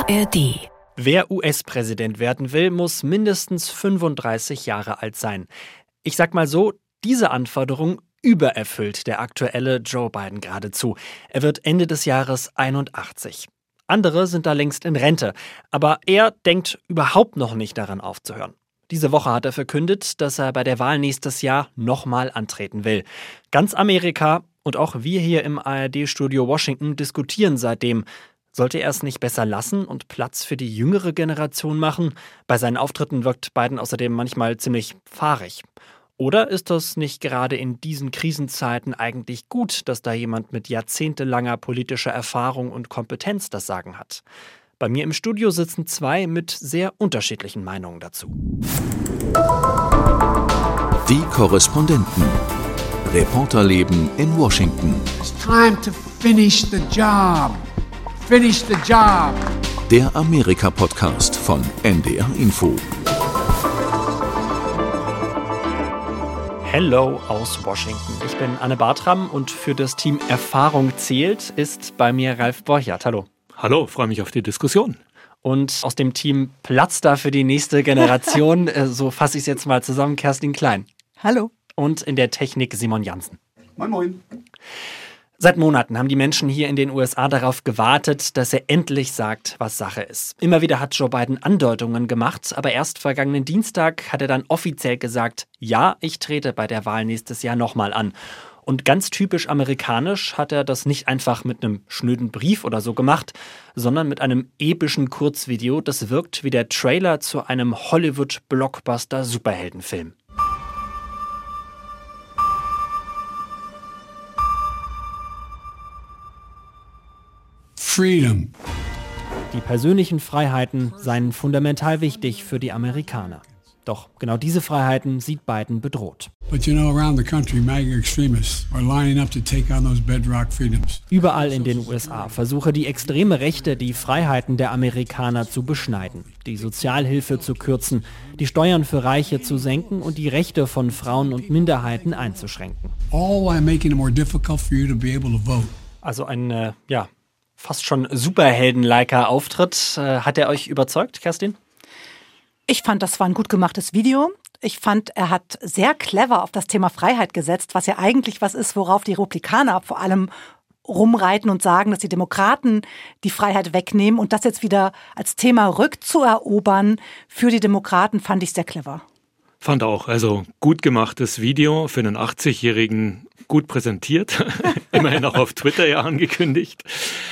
ARD. Wer US-Präsident werden will, muss mindestens 35 Jahre alt sein. Ich sag mal so, diese Anforderung übererfüllt der aktuelle Joe Biden geradezu. Er wird Ende des Jahres 81. Andere sind da längst in Rente. Aber er denkt überhaupt noch nicht daran aufzuhören. Diese Woche hat er verkündet, dass er bei der Wahl nächstes Jahr nochmal antreten will. Ganz Amerika und auch wir hier im ARD-Studio Washington diskutieren seitdem. Sollte er es nicht besser lassen und Platz für die jüngere Generation machen? Bei seinen Auftritten wirkt Biden außerdem manchmal ziemlich fahrig. Oder ist das nicht gerade in diesen Krisenzeiten eigentlich gut, dass da jemand mit jahrzehntelanger politischer Erfahrung und Kompetenz das Sagen hat? Bei mir im Studio sitzen zwei mit sehr unterschiedlichen Meinungen dazu. Die Korrespondenten. Reporterleben in Washington. It's time to finish the job. Finish the job. Der Amerika-Podcast von NDR Info. Hello aus Washington. Ich bin Anne Bartram und für das Team Erfahrung zählt ist bei mir Ralf Borchardt. Hallo. Hallo, freue mich auf die Diskussion. Und aus dem Team Platz da für die nächste Generation, so fasse ich es jetzt mal zusammen, Kerstin Klein. Hallo. Und in der Technik Simon Jansen. Moin, moin. Seit Monaten haben die Menschen hier in den USA darauf gewartet, dass er endlich sagt, was Sache ist. Immer wieder hat Joe Biden Andeutungen gemacht, aber erst vergangenen Dienstag hat er dann offiziell gesagt, ja, ich trete bei der Wahl nächstes Jahr nochmal an. Und ganz typisch amerikanisch hat er das nicht einfach mit einem schnöden Brief oder so gemacht, sondern mit einem epischen Kurzvideo, das wirkt wie der Trailer zu einem Hollywood-Blockbuster-Superheldenfilm. Freedom. Die persönlichen Freiheiten seien fundamental wichtig für die Amerikaner. Doch genau diese Freiheiten sieht Biden bedroht. But you know, around the country, MAGA extremists are lining up to take on those bedrock freedoms. Überall in den USA versuche die extreme Rechte, die Freiheiten der Amerikaner zu beschneiden, die Sozialhilfe zu kürzen, die Steuern für Reiche zu senken und die Rechte von Frauen und Minderheiten einzuschränken. All while making it more difficult for you to be able to vote. Also ein, fast schon Superhelden-liker Auftritt. Hat er euch überzeugt, Kerstin? Ich fand, das war ein gut gemachtes Video. Ich fand, er hat sehr clever auf das Thema Freiheit gesetzt, was ja eigentlich was ist, worauf die Republikaner vor allem rumreiten und sagen, dass die Demokraten die Freiheit wegnehmen. Und das jetzt wieder als Thema rückzuerobern für die Demokraten, fand ich sehr clever. Fand auch, also gut gemachtes Video für einen 80-Jährigen, gut präsentiert, immerhin auch auf Twitter ja angekündigt.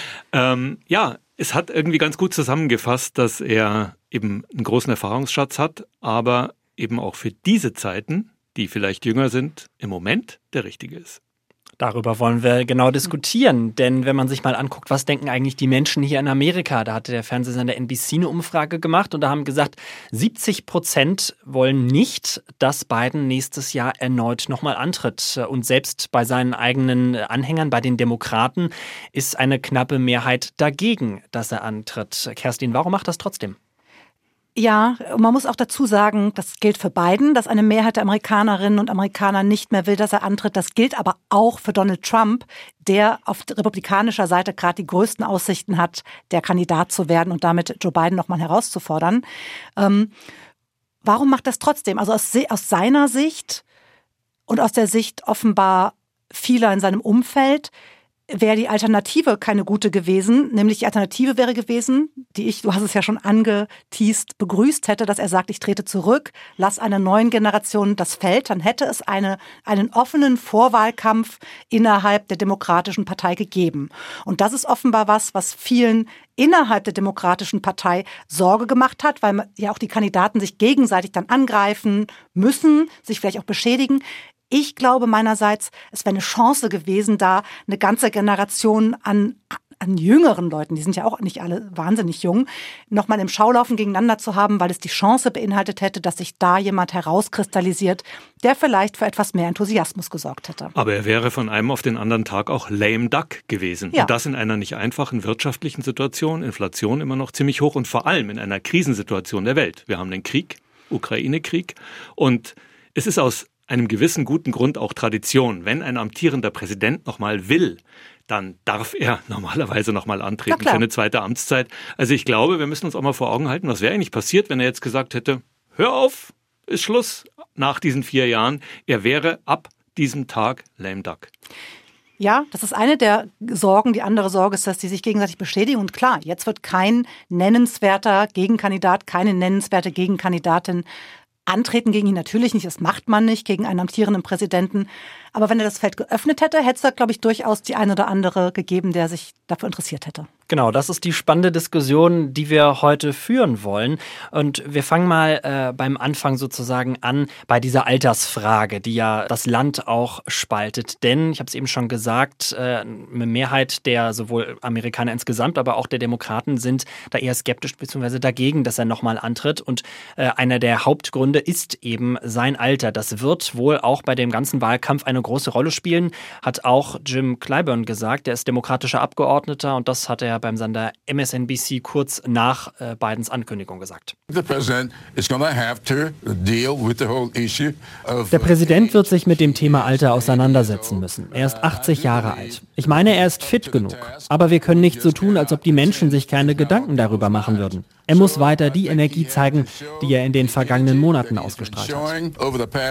Es hat irgendwie ganz gut zusammengefasst, dass er eben einen großen Erfahrungsschatz hat, aber eben auch für diese Zeiten, die vielleicht jünger sind, im Moment der richtige ist. Darüber wollen wir genau diskutieren, denn wenn man sich mal anguckt, was denken eigentlich die Menschen hier in Amerika, da hatte der Fernsehsender NBC eine Umfrage gemacht und da haben gesagt, 70% wollen nicht, dass Biden nächstes Jahr erneut nochmal antritt. Und selbst bei seinen eigenen Anhängern, bei den Demokraten, ist eine knappe Mehrheit dagegen, dass er antritt. Kerstin, warum macht das trotzdem? Ja, man muss auch dazu sagen, das gilt für Biden, dass eine Mehrheit der Amerikanerinnen und Amerikaner nicht mehr will, dass er antritt. Das gilt aber auch für Donald Trump, der auf republikanischer Seite gerade die größten Aussichten hat, der Kandidat zu werden und damit Joe Biden nochmal herauszufordern. Warum macht das trotzdem? Also aus seiner Sicht und aus der Sicht offenbar vieler in seinem Umfeld wäre die Alternative keine gute gewesen, nämlich die Alternative wäre gewesen, die ich, du hast es ja schon angeteast, begrüßt hätte, dass er sagt, ich trete zurück, lass einer neuen Generation das Feld, dann hätte es einen offenen Vorwahlkampf innerhalb der Demokratischen Partei gegeben. Und das ist offenbar was vielen innerhalb der Demokratischen Partei Sorge gemacht hat, weil ja auch die Kandidaten sich gegenseitig dann angreifen müssen, sich vielleicht auch beschädigen. Ich glaube meinerseits, es wäre eine Chance gewesen, da eine ganze Generation an jüngeren Leuten, die sind ja auch nicht alle wahnsinnig jung, nochmal im Schaulaufen gegeneinander zu haben, weil es die Chance beinhaltet hätte, dass sich da jemand herauskristallisiert, der vielleicht für etwas mehr Enthusiasmus gesorgt hätte. Aber er wäre von einem auf den anderen Tag auch lame duck gewesen. Ja. Und das in einer nicht einfachen wirtschaftlichen Situation, Inflation immer noch ziemlich hoch und vor allem in einer Krisensituation der Welt. Wir haben den Krieg, Ukraine-Krieg, und es ist aus einem gewissen guten Grund auch Tradition. Wenn ein amtierender Präsident nochmal will, dann darf er normalerweise nochmal antreten für eine zweite Amtszeit. Also ich glaube, wir müssen uns auch mal vor Augen halten, was wäre eigentlich passiert, wenn er jetzt gesagt hätte, hör auf, ist Schluss nach diesen 4 Jahren. Er wäre ab diesem Tag lame duck. Ja, das ist eine der Sorgen. Die andere Sorge ist, dass die sich gegenseitig bestätigen. Und klar, jetzt wird kein nennenswerter Gegenkandidat, keine nennenswerte Gegenkandidatin antreten gegen ihn. Natürlich nicht, das macht man nicht gegen einen amtierenden Präsidenten. Aber wenn er das Feld geöffnet hätte, hätte es da, glaube ich, durchaus die eine oder andere gegeben, der sich dafür interessiert hätte. Genau, das ist die spannende Diskussion, die wir heute führen wollen. Und wir fangen mal beim Anfang sozusagen an, bei dieser Altersfrage, die ja das Land auch spaltet. Denn, ich habe es eben schon gesagt, eine Mehrheit der sowohl Amerikaner insgesamt, aber auch der Demokraten sind da eher skeptisch bzw. dagegen, dass er nochmal antritt. Und einer der Hauptgründe ist eben sein Alter. Das wird wohl auch bei dem ganzen Wahlkampf eine große Rolle spielen, hat auch Jim Clyburn gesagt. Der ist demokratischer Abgeordneter und das hat er beim Sender MSNBC kurz nach Bidens Ankündigung gesagt. Der Präsident wird sich mit dem Thema Alter auseinandersetzen müssen. Er ist 80 Jahre alt. Ich meine, er ist fit genug. Aber wir können nicht so tun, als ob die Menschen sich keine Gedanken darüber machen würden. Er muss weiter die Energie zeigen, die er in den vergangenen Monaten ausgestrahlt hat.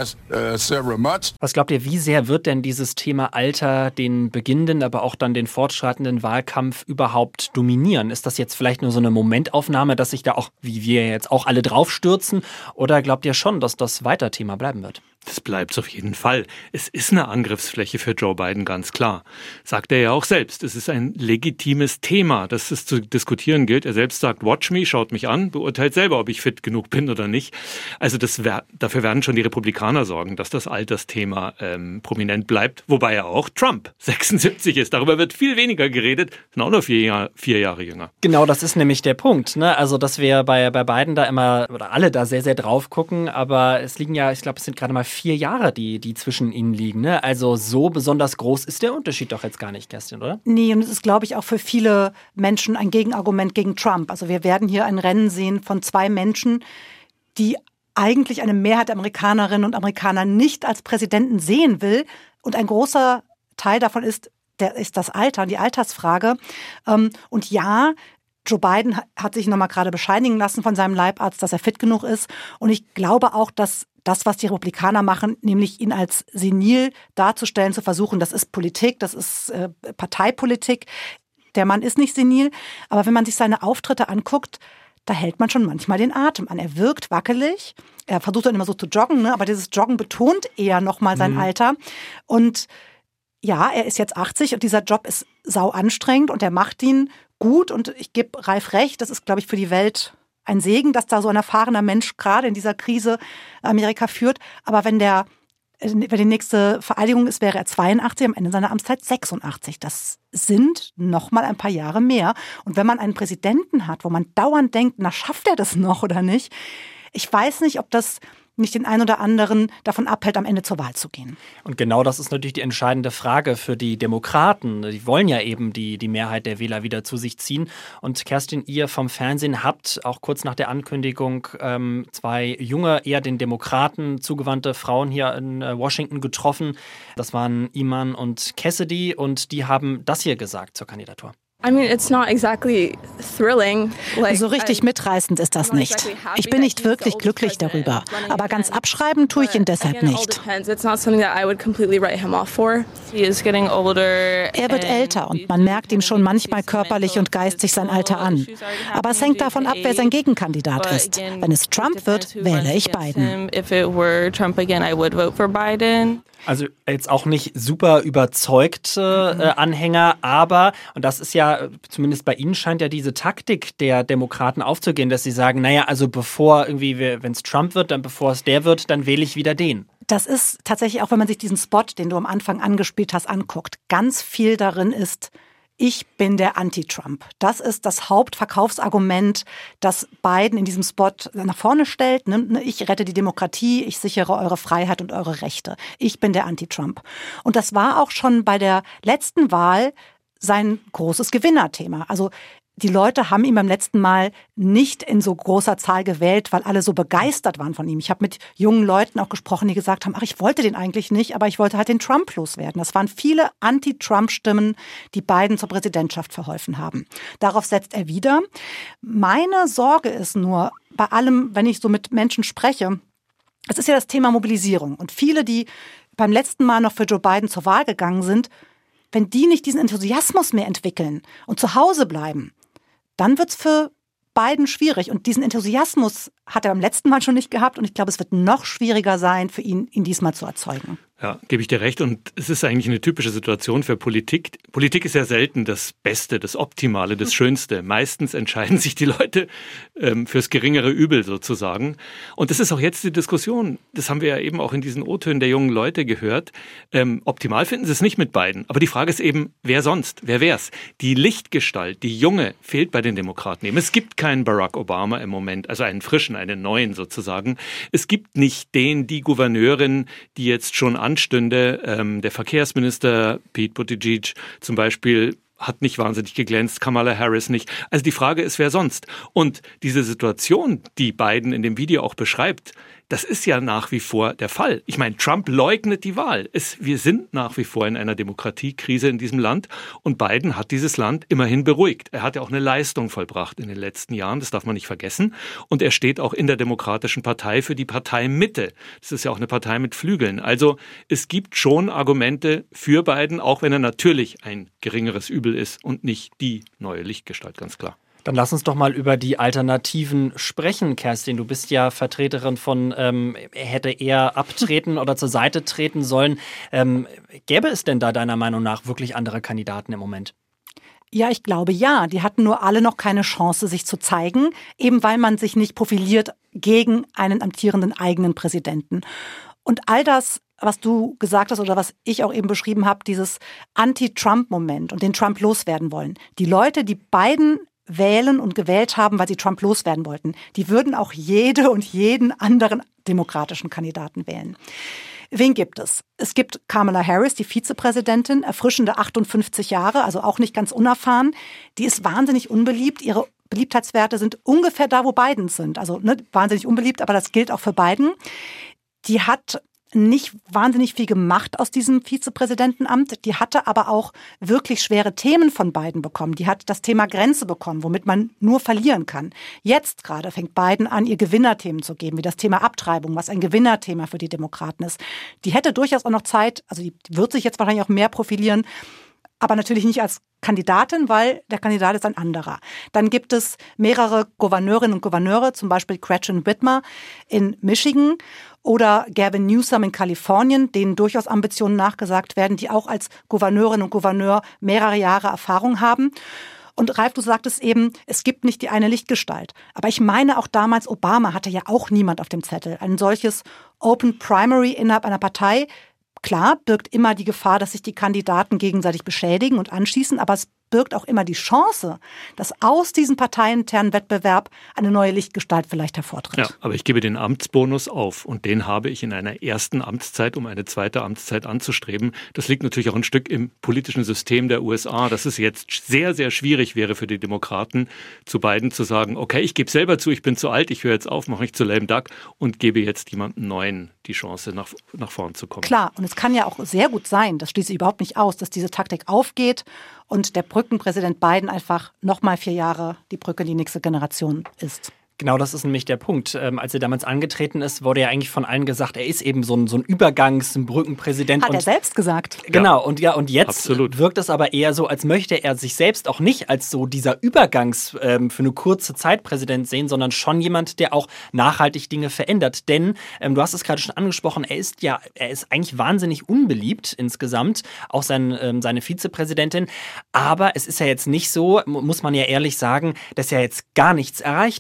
Was glaubt ihr, wie sehr wird denn dieses Thema Alter den beginnenden, aber auch dann den fortschreitenden Wahlkampf überhaupt dominieren? Ist das jetzt vielleicht nur so eine Momentaufnahme, dass sich da auch, wie wir jetzt auch alle draufstürzen? Oder glaubt ihr schon, dass das weiter Thema bleiben wird? Das bleibt auf jeden Fall. Es ist eine Angriffsfläche für Joe Biden, ganz klar. Sagt er ja auch selbst. Es ist ein legitimes Thema, das es zu diskutieren gilt. Er selbst sagt, watch me, schaut mich an, beurteilt selber, ob ich fit genug bin oder nicht. Also dafür werden schon die Republikaner sorgen, dass das Altersthema prominent bleibt. Wobei ja auch Trump 76 ist. Darüber wird viel weniger geredet. Sind auch nur 4 Jahre jünger. Genau, das ist nämlich der Punkt. Ne? Also, dass wir bei Biden da immer, oder alle da sehr, sehr drauf gucken. Aber es liegen ja, ich glaube, es sind gerade mal 4 Jahre, die zwischen ihnen liegen. Ne? Also so besonders groß ist der Unterschied doch jetzt gar nicht, Kerstin, oder? Nee, und es ist, glaube ich, auch für viele Menschen ein Gegenargument gegen Trump. Also wir werden hier ein Rennen sehen von 2 Menschen, die eigentlich eine Mehrheit der Amerikanerinnen und Amerikaner nicht als Präsidenten sehen will. Und ein großer Teil davon ist das Alter, die Altersfrage. Und ja, Joe Biden hat sich nochmal gerade bescheinigen lassen von seinem Leibarzt, dass er fit genug ist. Und ich glaube auch, dass das, was die Republikaner machen, nämlich ihn als senil darzustellen, zu versuchen, das ist Politik, das ist Parteipolitik. Der Mann ist nicht senil, aber wenn man sich seine Auftritte anguckt, da hält man schon manchmal den Atem an. Er wirkt wackelig, er versucht dann immer so zu joggen, ne? Aber dieses Joggen betont eher nochmal sein Alter. Und ja, er ist jetzt 80 und dieser Job ist sau anstrengend und er macht ihn gut. Und ich gebe Ralf recht, das ist, glaube ich, für die Welt ein Segen, dass da so ein erfahrener Mensch gerade in dieser Krise Amerika führt. Aber wenn die nächste Vereidigung ist, wäre er 82, am Ende seiner Amtszeit 86. Das sind noch mal ein paar Jahre mehr. Und wenn man einen Präsidenten hat, wo man dauernd denkt, na, schafft er das noch oder nicht? Ich weiß nicht, ob das nicht den einen oder anderen davon abhält, am Ende zur Wahl zu gehen. Und genau das ist natürlich die entscheidende Frage für die Demokraten. Die wollen ja eben die Mehrheit der Wähler wieder zu sich ziehen. Und Kerstin, ihr vom Fernsehen habt auch kurz nach der Ankündigung 2 junge, eher den Demokraten zugewandte Frauen hier in Washington getroffen. Das waren Iman und Cassidy und die haben das hier gesagt zur Kandidatur. I mean, it's not exactly thrilling. So richtig mitreißend ist das nicht. Ich bin nicht wirklich glücklich darüber. Aber ganz abschreiben tue ich ihn deshalb nicht. Er wird älter und man merkt ihm schon manchmal körperlich und geistig sein Alter an. Aber es hängt davon ab, wer sein Gegenkandidat ist. Wenn es Trump wird, wähle ich Biden. Also jetzt auch nicht super überzeugte Anhänger, aber, und das ist ja, zumindest bei Ihnen scheint ja diese Taktik der Demokraten aufzugehen, dass sie sagen, naja, also bevor irgendwie, wenn es Trump wird, dann bevor es der wird, dann wähle ich wieder den. Das ist tatsächlich auch, wenn man sich diesen Spot, den du am Anfang angespielt hast, anguckt, ganz viel darin ist, ich bin der Anti-Trump. Das ist das Hauptverkaufsargument, das Biden in diesem Spot nach vorne stellt. Ich rette die Demokratie, ich sichere eure Freiheit und eure Rechte. Ich bin der Anti-Trump. Und das war auch schon bei der letzten Wahl sein großes Gewinnerthema. Also die Leute haben ihn beim letzten Mal nicht in so großer Zahl gewählt, weil alle so begeistert waren von ihm. Ich habe mit jungen Leuten auch gesprochen, die gesagt haben, ach, ich wollte den eigentlich nicht, aber ich wollte halt den Trump loswerden. Das waren viele Anti-Trump-Stimmen, die Biden zur Präsidentschaft verholfen haben. Darauf setzt er wieder. Meine Sorge ist nur, bei allem, wenn ich so mit Menschen spreche, es ist ja das Thema Mobilisierung. Und viele, die beim letzten Mal noch für Joe Biden zur Wahl gegangen sind, wenn die nicht diesen Enthusiasmus mehr entwickeln und zu Hause bleiben, dann wird's für Biden schwierig. Und diesen Enthusiasmus hat er beim letzten Mal schon nicht gehabt. Und ich glaube, es wird noch schwieriger sein, für ihn diesmal zu erzeugen. Ja, gebe ich dir recht. Und es ist eigentlich eine typische Situation für Politik. Politik ist ja selten das Beste, das Optimale, das Schönste. Meistens entscheiden sich die Leute fürs geringere Übel sozusagen. Und das ist auch jetzt die Diskussion. Das haben wir ja eben auch in diesen O-Tönen der jungen Leute gehört. Optimal finden sie es nicht mit Biden. Aber die Frage ist eben, wer sonst? Wer wär's? Die Lichtgestalt, die Junge, fehlt bei den Demokraten eben. Es gibt keinen Barack Obama im Moment, also einen frischen, einen neuen sozusagen. Es gibt nicht die Gouverneurin, die jetzt schon anstünde. Der Verkehrsminister Pete Buttigieg zum Beispiel hat nicht wahnsinnig geglänzt, Kamala Harris nicht. Also die Frage ist, wer sonst? Und diese Situation, die Biden in dem Video auch beschreibt, das ist ja nach wie vor der Fall. Ich meine, Trump leugnet die Wahl. Wir sind nach wie vor in einer Demokratiekrise in diesem Land und Biden hat dieses Land immerhin beruhigt. Er hat ja auch eine Leistung vollbracht in den letzten Jahren, das darf man nicht vergessen. Und er steht auch in der Demokratischen Partei für die Partei Mitte. Das ist ja auch eine Partei mit Flügeln. Also es gibt schon Argumente für Biden, auch wenn er natürlich ein geringeres Übel ist und nicht die neue Lichtgestalt, ganz klar. Dann lass uns doch mal über die Alternativen sprechen, Kerstin. Du bist ja Vertreterin von, er hätte eher abtreten oder zur Seite treten sollen. Gäbe es denn da deiner Meinung nach wirklich andere Kandidaten im Moment? Ja, ich glaube ja. Die hatten nur alle noch keine Chance, sich zu zeigen, eben weil man sich nicht profiliert gegen einen amtierenden eigenen Präsidenten. Und all das, was du gesagt hast oder was ich auch eben beschrieben habe, dieses Anti-Trump-Moment und den Trump loswerden wollen. Die Leute, die Biden wählen und gewählt haben, weil sie Trump loswerden wollten, die würden auch jede und jeden anderen demokratischen Kandidaten wählen. Wen gibt es? Es gibt Kamala Harris, die Vizepräsidentin, erfrischende 58 Jahre, also auch nicht ganz unerfahren. Die ist wahnsinnig unbeliebt. Ihre Beliebtheitswerte sind ungefähr da, wo Biden sind. Also wahnsinnig unbeliebt, aber das gilt auch für Biden. Die hat nicht wahnsinnig viel gemacht aus diesem Vizepräsidentenamt. Die hatte aber auch wirklich schwere Themen von Biden bekommen. Die hat das Thema Grenze bekommen, womit man nur verlieren kann. Jetzt gerade fängt Biden an, ihr Gewinnerthemen zu geben, wie das Thema Abtreibung, was ein Gewinnerthema für die Demokraten ist. Die hätte durchaus auch noch Zeit, also die wird sich jetzt wahrscheinlich auch mehr profilieren, aber natürlich nicht als Kandidatin, weil der Kandidat ist ein anderer. Dann gibt es mehrere Gouverneurinnen und Gouverneure, zum Beispiel Gretchen Whitmer in Michigan oder Gavin Newsom in Kalifornien, denen durchaus Ambitionen nachgesagt werden, die auch als Gouverneurin und Gouverneur mehrere Jahre Erfahrung haben. Und Ralf, du sagtest eben, es gibt nicht die eine Lichtgestalt. Aber ich meine, auch damals Obama hatte ja auch niemand auf dem Zettel. Ein solches Open Primary innerhalb einer Partei, klar, birgt immer die Gefahr, dass sich die Kandidaten gegenseitig beschädigen und anschießen, aber es birgt auch immer die Chance, dass aus diesem parteiinternen Wettbewerb eine neue Lichtgestalt vielleicht hervortritt. Ja, aber ich gebe den Amtsbonus auf und den habe ich in einer ersten Amtszeit, um eine zweite Amtszeit anzustreben. Das liegt natürlich auch ein Stück im politischen System der USA, dass es jetzt sehr, sehr schwierig wäre für die Demokraten, zu Biden zu sagen, okay, ich gebe selber zu, ich bin zu alt, ich höre jetzt auf, mache mich zu lame duck und gebe jetzt jemandem Neuen die Chance, nach vorn zu kommen. Klar, und es kann ja auch sehr gut sein, das schließe ich überhaupt nicht aus, dass diese Taktik aufgeht und der Brückenpräsident Biden einfach nochmal 4 Jahre die Brücke in die nächste Generation ist. Genau, das ist nämlich der Punkt. Als er damals angetreten ist, wurde ja eigentlich von allen gesagt, er ist eben so ein Übergangs-Brückenpräsident. Hat er selbst gesagt. Genau, und jetzt absolut. Wirkt es aber eher so, als möchte er sich selbst auch nicht als so dieser Übergangs für eine kurze Zeit Präsident sehen, sondern schon jemand, der auch nachhaltig Dinge verändert. Denn, du hast es gerade schon angesprochen, er ist eigentlich wahnsinnig unbeliebt insgesamt, auch seine Vizepräsidentin. Aber es ist ja jetzt nicht so, muss man ja ehrlich sagen, dass er jetzt gar nichts erreicht hätte, oder?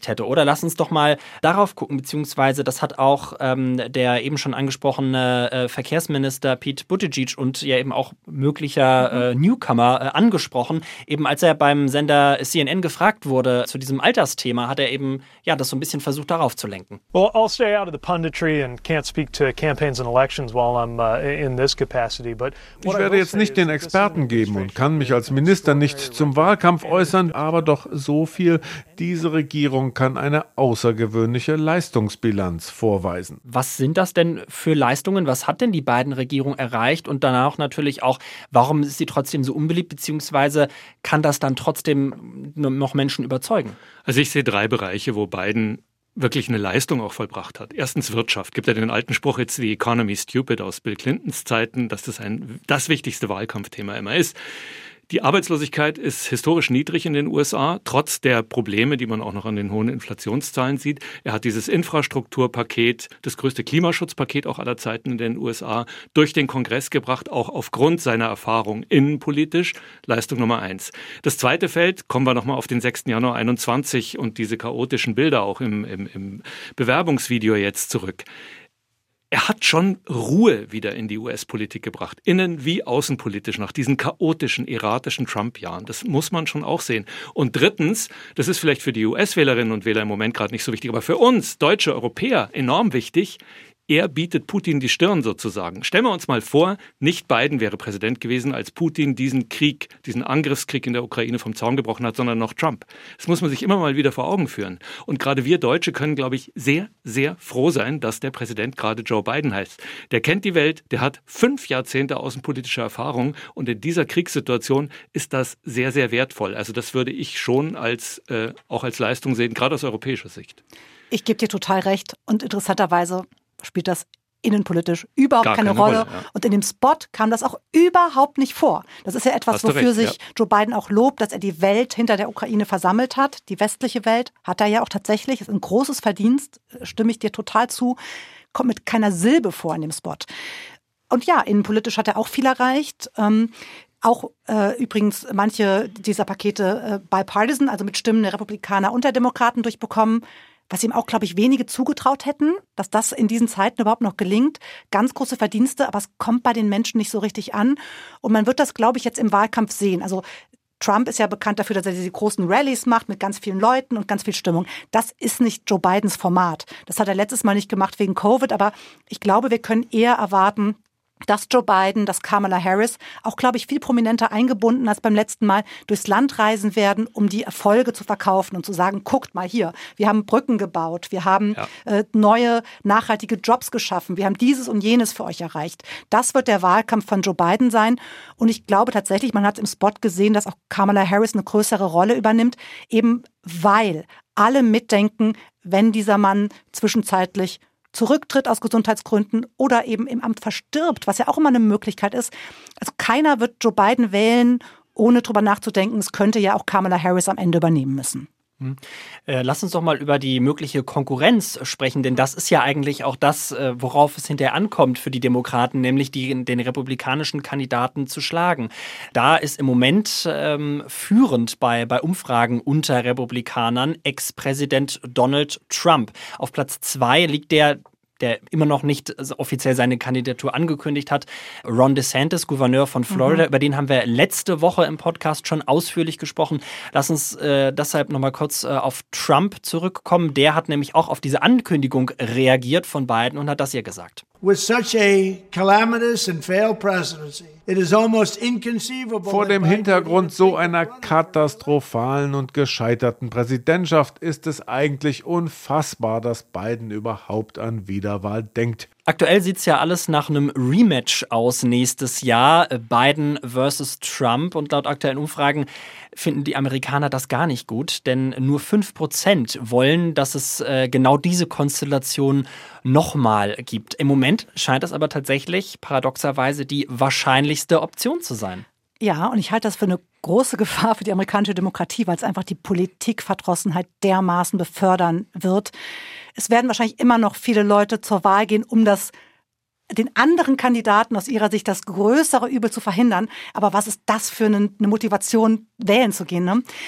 lass uns doch mal darauf gucken, beziehungsweise das hat auch der eben schon angesprochene Verkehrsminister Pete Buttigieg und ja eben auch möglicher Newcomer angesprochen. Eben als er beim Sender CNN gefragt wurde zu diesem Altersthema, hat er eben das so ein bisschen versucht, darauf zu lenken. Well, I'll stay out of the punditry and can't speak to campaigns and elections while I'm in this capacity. But ich werde jetzt nicht den Experten geben und kann mich als Minister nicht zum Wahlkampf äußern, aber doch so viel: Diese Regierung kann eine außergewöhnliche Leistungsbilanz vorweisen. Was sind das denn für Leistungen? Was hat denn die Biden-Regierung erreicht? Und danach natürlich auch, warum ist sie trotzdem so unbeliebt, beziehungsweise kann das dann trotzdem noch Menschen überzeugen? Also ich sehe 3 Bereiche, wo Biden wirklich eine Leistung auch vollbracht hat. Erstens Wirtschaft. Gibt ja den alten Spruch jetzt, the economy stupid, aus Bill Clintons Zeiten, dass das das wichtigste Wahlkampfthema immer ist. Die Arbeitslosigkeit ist historisch niedrig in den USA, trotz der Probleme, die man auch noch an den hohen Inflationszahlen sieht. Er hat dieses Infrastrukturpaket, das größte Klimaschutzpaket auch aller Zeiten in den USA, durch den Kongress gebracht, auch aufgrund seiner Erfahrung innenpolitisch. Leistung Nummer 1. Das zweite Feld, kommen wir nochmal auf den 6. Januar 21 und diese chaotischen Bilder auch im Bewerbungsvideo jetzt zurück. Er hat schon Ruhe wieder in die US-Politik gebracht, innen- wie außenpolitisch, nach diesen chaotischen, erratischen Trump-Jahren. Das muss man schon auch sehen. Und drittens, das ist vielleicht für die US-Wählerinnen und Wähler im Moment gerade nicht so wichtig, aber für uns, deutsche Europäer, enorm wichtig: Er bietet Putin die Stirn sozusagen. Stellen wir uns mal vor, nicht Biden wäre Präsident gewesen, als Putin diesen Krieg, diesen Angriffskrieg in der Ukraine vom Zaun gebrochen hat, sondern noch Trump. Das muss man sich immer mal wieder vor Augen führen. Und gerade wir Deutsche können, glaube ich, sehr, sehr froh sein, dass der Präsident gerade Joe Biden heißt. Der kennt die Welt, der hat 5 Jahrzehnte außenpolitische Erfahrung und in dieser Kriegssituation ist das sehr, sehr wertvoll. Also das würde ich schon auch als Leistung sehen, gerade aus europäischer Sicht. Ich gebe dir total recht und interessanterweise spielt das innenpolitisch überhaupt keine Rolle. Ja. Und in dem Spot kam das auch überhaupt nicht vor. Das ist ja etwas, wofür sich Joe Biden auch lobt, dass er die Welt hinter der Ukraine versammelt hat. Die westliche Welt hat er ja auch tatsächlich. Ist ein großes Verdienst, stimme ich dir total zu. Kommt mit keiner Silbe vor in dem Spot. Und ja, innenpolitisch hat er auch viel erreicht. Auch übrigens manche dieser Pakete bipartisan, also mit Stimmen der Republikaner und der Demokraten durchbekommen, was ihm auch, glaube ich, wenige zugetraut hätten, dass das in diesen Zeiten überhaupt noch gelingt. Ganz große Verdienste, aber es kommt bei den Menschen nicht so richtig an. Und man wird das, glaube ich, jetzt im Wahlkampf sehen. Also Trump ist ja bekannt dafür, dass er diese großen Rallyes macht mit ganz vielen Leuten und ganz viel Stimmung. Das ist nicht Joe Bidens Format. Das hat er letztes Mal nicht gemacht wegen Covid, aber ich glaube, wir können eher erwarten, dass Joe Biden, dass Kamala Harris auch, glaube ich, viel prominenter eingebunden als beim letzten Mal durchs Land reisen werden, um die Erfolge zu verkaufen und zu sagen, guckt mal hier, wir haben Brücken gebaut, wir haben neue, nachhaltige Jobs geschaffen, wir haben dieses und jenes für euch erreicht. Das wird der Wahlkampf von Joe Biden sein. Und ich glaube tatsächlich, man hat im Spot gesehen, dass auch Kamala Harris eine größere Rolle übernimmt, eben weil alle mitdenken, wenn dieser Mann zwischenzeitlich zurücktritt aus Gesundheitsgründen oder eben im Amt verstirbt, was ja auch immer eine Möglichkeit ist. Also keiner wird Joe Biden wählen, ohne drüber nachzudenken, es könnte ja auch Kamala Harris am Ende übernehmen müssen. Lass uns doch mal über die mögliche Konkurrenz sprechen, denn das ist ja eigentlich auch das, worauf es hinterher ankommt für die Demokraten, nämlich den republikanischen Kandidaten zu schlagen. Da ist im Moment führend bei Umfragen unter Republikanern Ex-Präsident Donald Trump. Auf Platz 2 liegt der immer noch nicht offiziell seine Kandidatur angekündigt hat, Ron DeSantis, Gouverneur von Florida. Über den haben wir letzte Woche im Podcast schon ausführlich gesprochen. Lass uns deshalb nochmal kurz auf Trump zurückkommen. Der hat nämlich auch auf diese Ankündigung reagiert von Biden und hat das hier gesagt. With such a calamitous and failed presidency, it is almost inconceivable. Vor dem Hintergrund so einer katastrophalen und gescheiterten Präsidentschaft ist es eigentlich unfassbar, dass Biden überhaupt an Wiederwahl denkt. Aktuell sieht es ja alles nach einem Rematch aus nächstes Jahr, Biden versus Trump. Und laut aktuellen Umfragen finden die Amerikaner das gar nicht gut, denn nur 5% wollen, dass es genau diese Konstellation nochmal gibt. Im Moment scheint es aber tatsächlich paradoxerweise die wahrscheinlichste Option zu sein. Ja, und ich halte das für eine große Gefahr für die amerikanische Demokratie, weil es einfach die Politikverdrossenheit dermaßen befördern wird. Es werden wahrscheinlich immer noch viele Leute zur Wahl gehen, um den anderen Kandidaten aus ihrer Sicht das größere Übel zu verhindern. Aber was ist das für eine Motivation, wählen zu gehen, ne?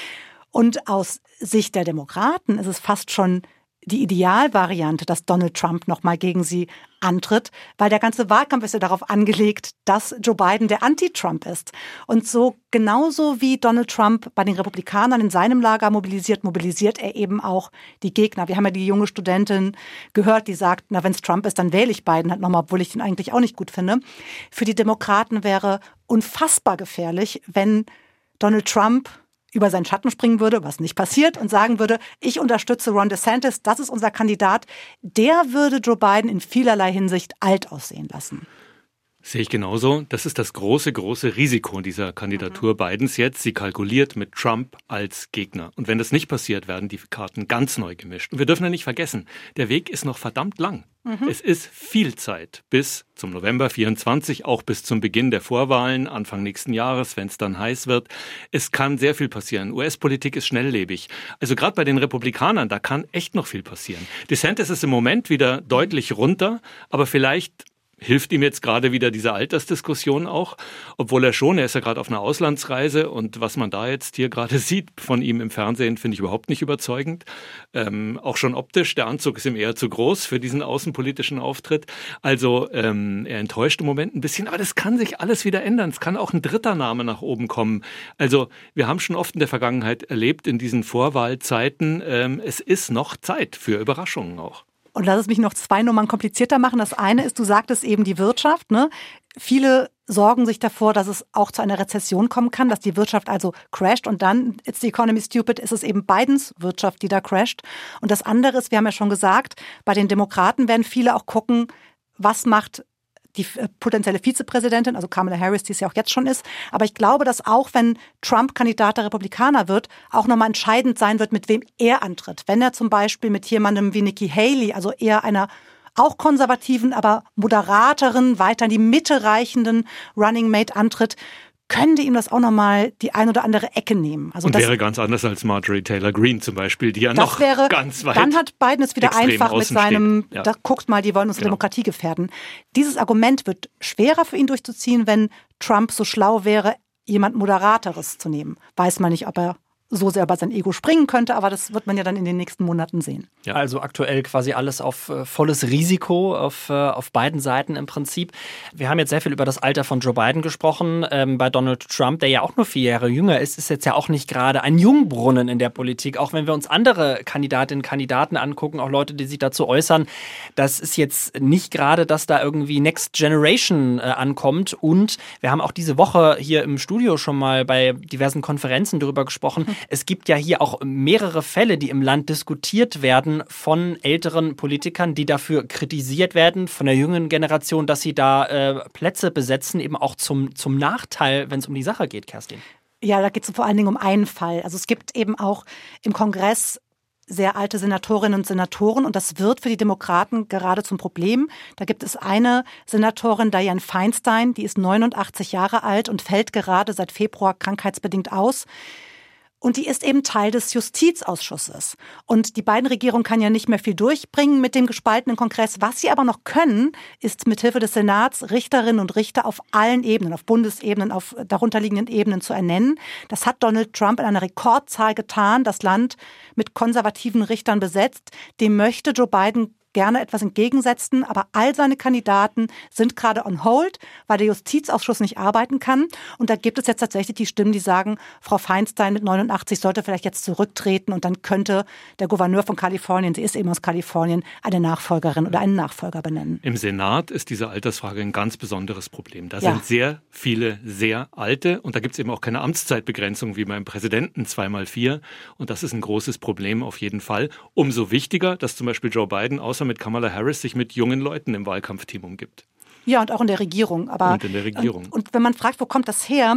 Und aus Sicht der Demokraten ist es fast schon die Idealvariante, dass Donald Trump nochmal gegen sie antritt, weil der ganze Wahlkampf ist ja darauf angelegt, dass Joe Biden der Anti-Trump ist. Und so genauso wie Donald Trump bei den Republikanern in seinem Lager mobilisiert er eben auch die Gegner. Wir haben ja die junge Studentin gehört, die sagt, na, wenn es Trump ist, dann wähle ich Biden halt nochmal, obwohl ich ihn eigentlich auch nicht gut finde. Für die Demokraten wäre unfassbar gefährlich, wenn Donald Trump über seinen Schatten springen würde, was nicht passiert, und sagen würde, ich unterstütze Ron DeSantis, das ist unser Kandidat, der würde Joe Biden in vielerlei Hinsicht alt aussehen lassen. Sehe ich genauso. Das ist das große, große Risiko dieser Kandidatur Bidens jetzt. Sie kalkuliert mit Trump als Gegner. Und wenn das nicht passiert, werden die Karten ganz neu gemischt. Und wir dürfen ja nicht vergessen, der Weg ist noch verdammt lang. Es ist viel Zeit bis zum November 24, auch bis zum Beginn der Vorwahlen, Anfang nächsten Jahres, wenn es dann heiß wird. Es kann sehr viel passieren. US-Politik ist schnelllebig. Also gerade bei den Republikanern, da kann echt noch viel passieren. DeSantis ist im Moment wieder deutlich runter, aber vielleicht hilft ihm jetzt gerade wieder diese Altersdiskussion auch, obwohl er ist ja gerade auf einer Auslandsreise und was man da jetzt hier gerade sieht von ihm im Fernsehen, finde ich überhaupt nicht überzeugend. Auch schon optisch, der Anzug ist ihm eher zu groß für diesen außenpolitischen Auftritt. Also er enttäuscht im Moment ein bisschen, aber das kann sich alles wieder ändern. Es kann auch ein dritter Name nach oben kommen. Also wir haben schon oft in der Vergangenheit erlebt, in diesen Vorwahlzeiten, es ist noch Zeit für Überraschungen auch. Und lass es mich noch 2 Nummern komplizierter machen. Das eine ist, du sagtest eben die Wirtschaft, ne? Viele sorgen sich davor, dass es auch zu einer Rezession kommen kann, dass die Wirtschaft also crasht und dann, it's the economy stupid, ist es eben Bidens Wirtschaft, die da crasht. Und das andere ist, wir haben ja schon gesagt, bei den Demokraten werden viele auch gucken, was macht die potenzielle Vizepräsidentin, also Kamala Harris, die es ja auch jetzt schon ist. Aber ich glaube, dass auch wenn Trump Kandidat der Republikaner wird, auch nochmal entscheidend sein wird, mit wem er antritt. Wenn er zum Beispiel mit jemandem wie Nikki Haley, also eher einer auch konservativen, aber moderateren, weiter in die Mitte reichenden Running Mate antritt, könnte ihm das auch nochmal die ein oder andere Ecke nehmen. Also und das wäre ganz anders als Marjorie Taylor Greene zum Beispiel, die ja noch ganz weit dann hat Biden es wieder einfach mit seinem, ja. Da guckt mal, die wollen unsere Demokratie gefährden. Dieses Argument wird schwerer für ihn durchzuziehen, wenn Trump so schlau wäre, jemand Moderateres zu nehmen. Weiß man nicht, ob er so sehr über sein Ego springen könnte, aber das wird man ja dann in den nächsten Monaten sehen. Ja. Also aktuell quasi alles auf volles Risiko auf beiden Seiten im Prinzip. Wir haben jetzt sehr viel über das Alter von Joe Biden gesprochen. Bei Donald Trump, der ja auch nur 4 Jahre jünger ist jetzt ja auch nicht gerade ein Jungbrunnen in der Politik. Auch wenn wir uns andere Kandidatinnen und Kandidaten angucken, auch Leute, die sich dazu äußern, das ist jetzt nicht gerade, dass da irgendwie Next Generation ankommt. Und wir haben auch diese Woche hier im Studio schon mal bei diversen Konferenzen darüber gesprochen. Es gibt ja hier auch mehrere Fälle, die im Land diskutiert werden von älteren Politikern, die dafür kritisiert werden, von der jüngeren Generation, dass sie da Plätze besetzen, eben auch zum Nachteil, wenn es um die Sache geht, Kerstin. Ja, da geht es vor allen Dingen um einen Fall. Also es gibt eben auch im Kongress sehr alte Senatorinnen und Senatoren und das wird für die Demokraten gerade zum Problem. Da gibt es eine Senatorin, Dianne Feinstein, die ist 89 Jahre alt und fällt gerade seit Februar krankheitsbedingt aus. Und die ist eben Teil des Justizausschusses. Und die Biden-Regierung kann ja nicht mehr viel durchbringen mit dem gespaltenen Kongress. Was sie aber noch können, ist mithilfe des Senats Richterinnen und Richter auf allen Ebenen, auf Bundesebenen, auf darunterliegenden Ebenen zu ernennen. Das hat Donald Trump in einer Rekordzahl getan, das Land mit konservativen Richtern besetzt. Dem möchte Joe Biden gerne etwas entgegensetzen, aber all seine Kandidaten sind gerade on hold, weil der Justizausschuss nicht arbeiten kann. Und da gibt es jetzt tatsächlich die Stimmen, die sagen, Frau Feinstein mit 89 sollte vielleicht jetzt zurücktreten und dann könnte der Gouverneur von Kalifornien, sie ist eben aus Kalifornien, eine Nachfolgerin oder einen Nachfolger benennen. Im Senat ist diese Altersfrage ein ganz besonderes Problem. Da sind sehr viele sehr alte und da gibt es eben auch keine Amtszeitbegrenzung wie beim Präsidenten 2x4 und das ist ein großes Problem auf jeden Fall. Umso wichtiger, dass zum Beispiel Joe Biden außer mit Kamala Harris sich mit jungen Leuten im Wahlkampfteam umgibt. Ja, und auch in der Regierung. Und in der Regierung. Und wenn man fragt, wo kommt das her?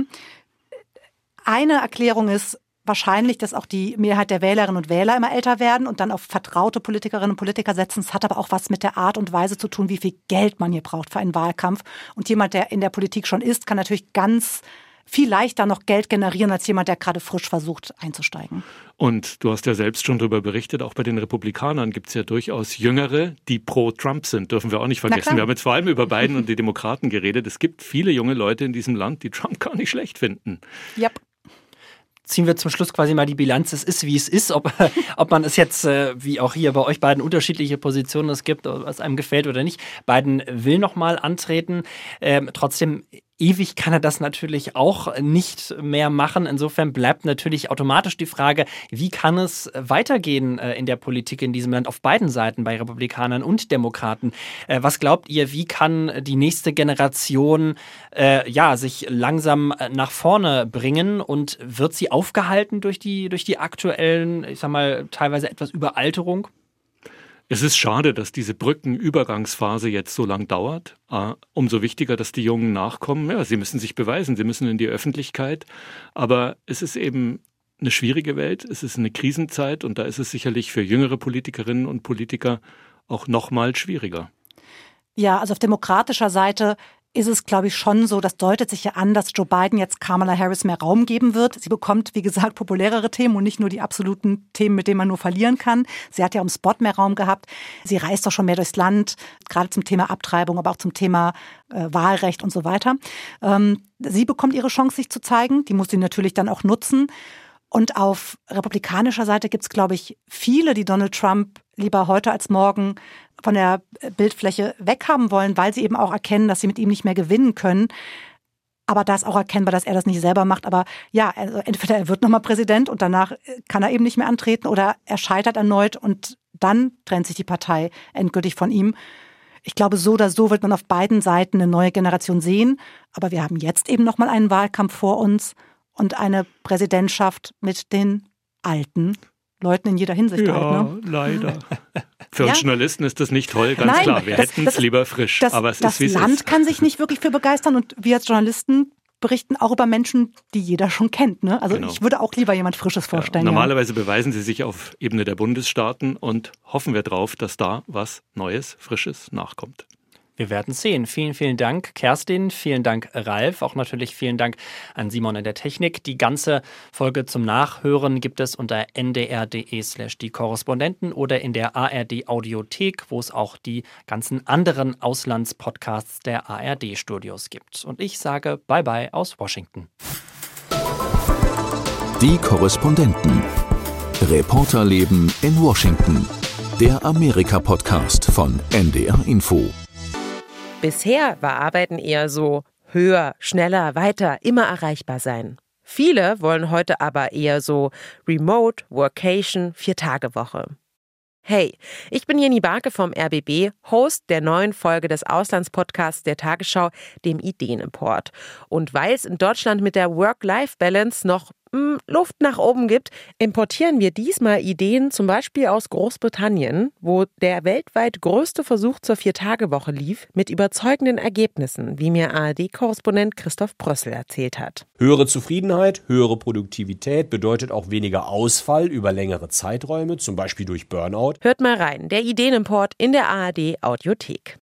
Eine Erklärung ist wahrscheinlich, dass auch die Mehrheit der Wählerinnen und Wähler immer älter werden und dann auf vertraute Politikerinnen und Politiker setzen. Es hat aber auch was mit der Art und Weise zu tun, wie viel Geld man hier braucht für einen Wahlkampf. Und jemand, der in der Politik schon ist, kann natürlich ganz viel leichter noch Geld generieren als jemand, der gerade frisch versucht einzusteigen. Und du hast ja selbst schon darüber berichtet, auch bei den Republikanern gibt es ja durchaus Jüngere, die pro Trump sind. Dürfen wir auch nicht vergessen. Wir haben jetzt vor allem über Biden und die Demokraten geredet. Es gibt viele junge Leute in diesem Land, die Trump gar nicht schlecht finden. Yep. ziehen wir zum Schluss quasi mal die Bilanz. Es ist, wie es ist. Ob man es jetzt, wie auch hier bei euch beiden, unterschiedliche Positionen es gibt, was einem gefällt oder nicht. Biden will nochmal antreten. Trotzdem, ewig kann er das natürlich auch nicht mehr machen. Insofern bleibt natürlich automatisch die Frage, wie kann es weitergehen in der Politik in diesem Land auf beiden Seiten, bei Republikanern und Demokraten? Was glaubt ihr, wie kann die nächste Generation sich langsam nach vorne bringen und wird sie aufgehalten durch die aktuellen, ich sag mal, teilweise etwas Überalterung? Es ist schade, dass diese Brückenübergangsphase jetzt so lang dauert. Umso wichtiger, dass die Jungen nachkommen. Ja, sie müssen sich beweisen, sie müssen in die Öffentlichkeit. Aber es ist eben eine schwierige Welt, es ist eine Krisenzeit und da ist es sicherlich für jüngere Politikerinnen und Politiker auch noch mal schwieriger. Ja, also auf demokratischer Seite ist es, glaube ich, schon so, das deutet sich ja an, dass Joe Biden jetzt Kamala Harris mehr Raum geben wird. Sie bekommt, wie gesagt, populärere Themen und nicht nur die absoluten Themen, mit denen man nur verlieren kann. Sie hat ja im Spot mehr Raum gehabt. Sie reist doch schon mehr durchs Land, gerade zum Thema Abtreibung, aber auch zum Thema Wahlrecht und so weiter. Sie bekommt ihre Chance, sich zu zeigen. Die muss sie natürlich dann auch nutzen. Und auf republikanischer Seite gibt es, glaube ich, viele, die Donald Trump lieber heute als morgen von der Bildfläche weghaben wollen, weil sie eben auch erkennen, dass sie mit ihm nicht mehr gewinnen können. Aber da ist auch erkennbar, dass er das nicht selber macht. Aber ja, also entweder er wird nochmal Präsident und danach kann er eben nicht mehr antreten oder er scheitert erneut und dann trennt sich die Partei endgültig von ihm. Ich glaube, so oder so wird man auf beiden Seiten eine neue Generation sehen. Aber wir haben jetzt eben nochmal einen Wahlkampf vor uns und eine Präsidentschaft mit den alten Leuten in jeder Hinsicht. Ja, halt, ne? Leider. Für uns Journalisten ist das nicht toll, ganz klar. Wir hätten es lieber frisch, aber es ist, wie es ist. Das Land kann sich nicht wirklich für begeistern und wir als Journalisten berichten auch über Menschen, die jeder schon kennt. Ne? Also Ich würde auch lieber jemand Frisches vorstellen. Normalerweise beweisen sie sich auf Ebene der Bundesstaaten und hoffen wir drauf, dass da was Neues, Frisches nachkommt. Wir werden sehen. Vielen, vielen Dank, Kerstin. Vielen Dank, Ralf. Auch natürlich vielen Dank an Simon in der Technik. Die ganze Folge zum Nachhören gibt es unter ndr.de/die-Korrespondenten oder in der ARD-Audiothek, wo es auch die ganzen anderen Auslandspodcasts der ARD-Studios gibt. Und ich sage Bye-bye aus Washington. Die Korrespondenten. Reporterleben in Washington. Der Amerika-Podcast von NDR Info. Bisher war Arbeiten eher so höher, schneller, weiter, immer erreichbar sein. Viele wollen heute aber eher so Remote, Workation, 4-Tage-Woche. Hey, ich bin Jenny Barke vom RBB, Host der neuen Folge des Auslandspodcasts der Tagesschau, dem Ideenimport. Und weil es in Deutschland mit der Work-Life-Balance noch Luft nach oben gibt, importieren wir diesmal Ideen zum Beispiel aus Großbritannien, wo der weltweit größte Versuch zur 4-Tage-Woche lief, mit überzeugenden Ergebnissen, wie mir ARD-Korrespondent Christoph Brössel erzählt hat. Höhere Zufriedenheit, höhere Produktivität bedeutet auch weniger Ausfall über längere Zeiträume, zum Beispiel durch Burnout. Hört mal rein, der Ideenimport in der ARD-Audiothek.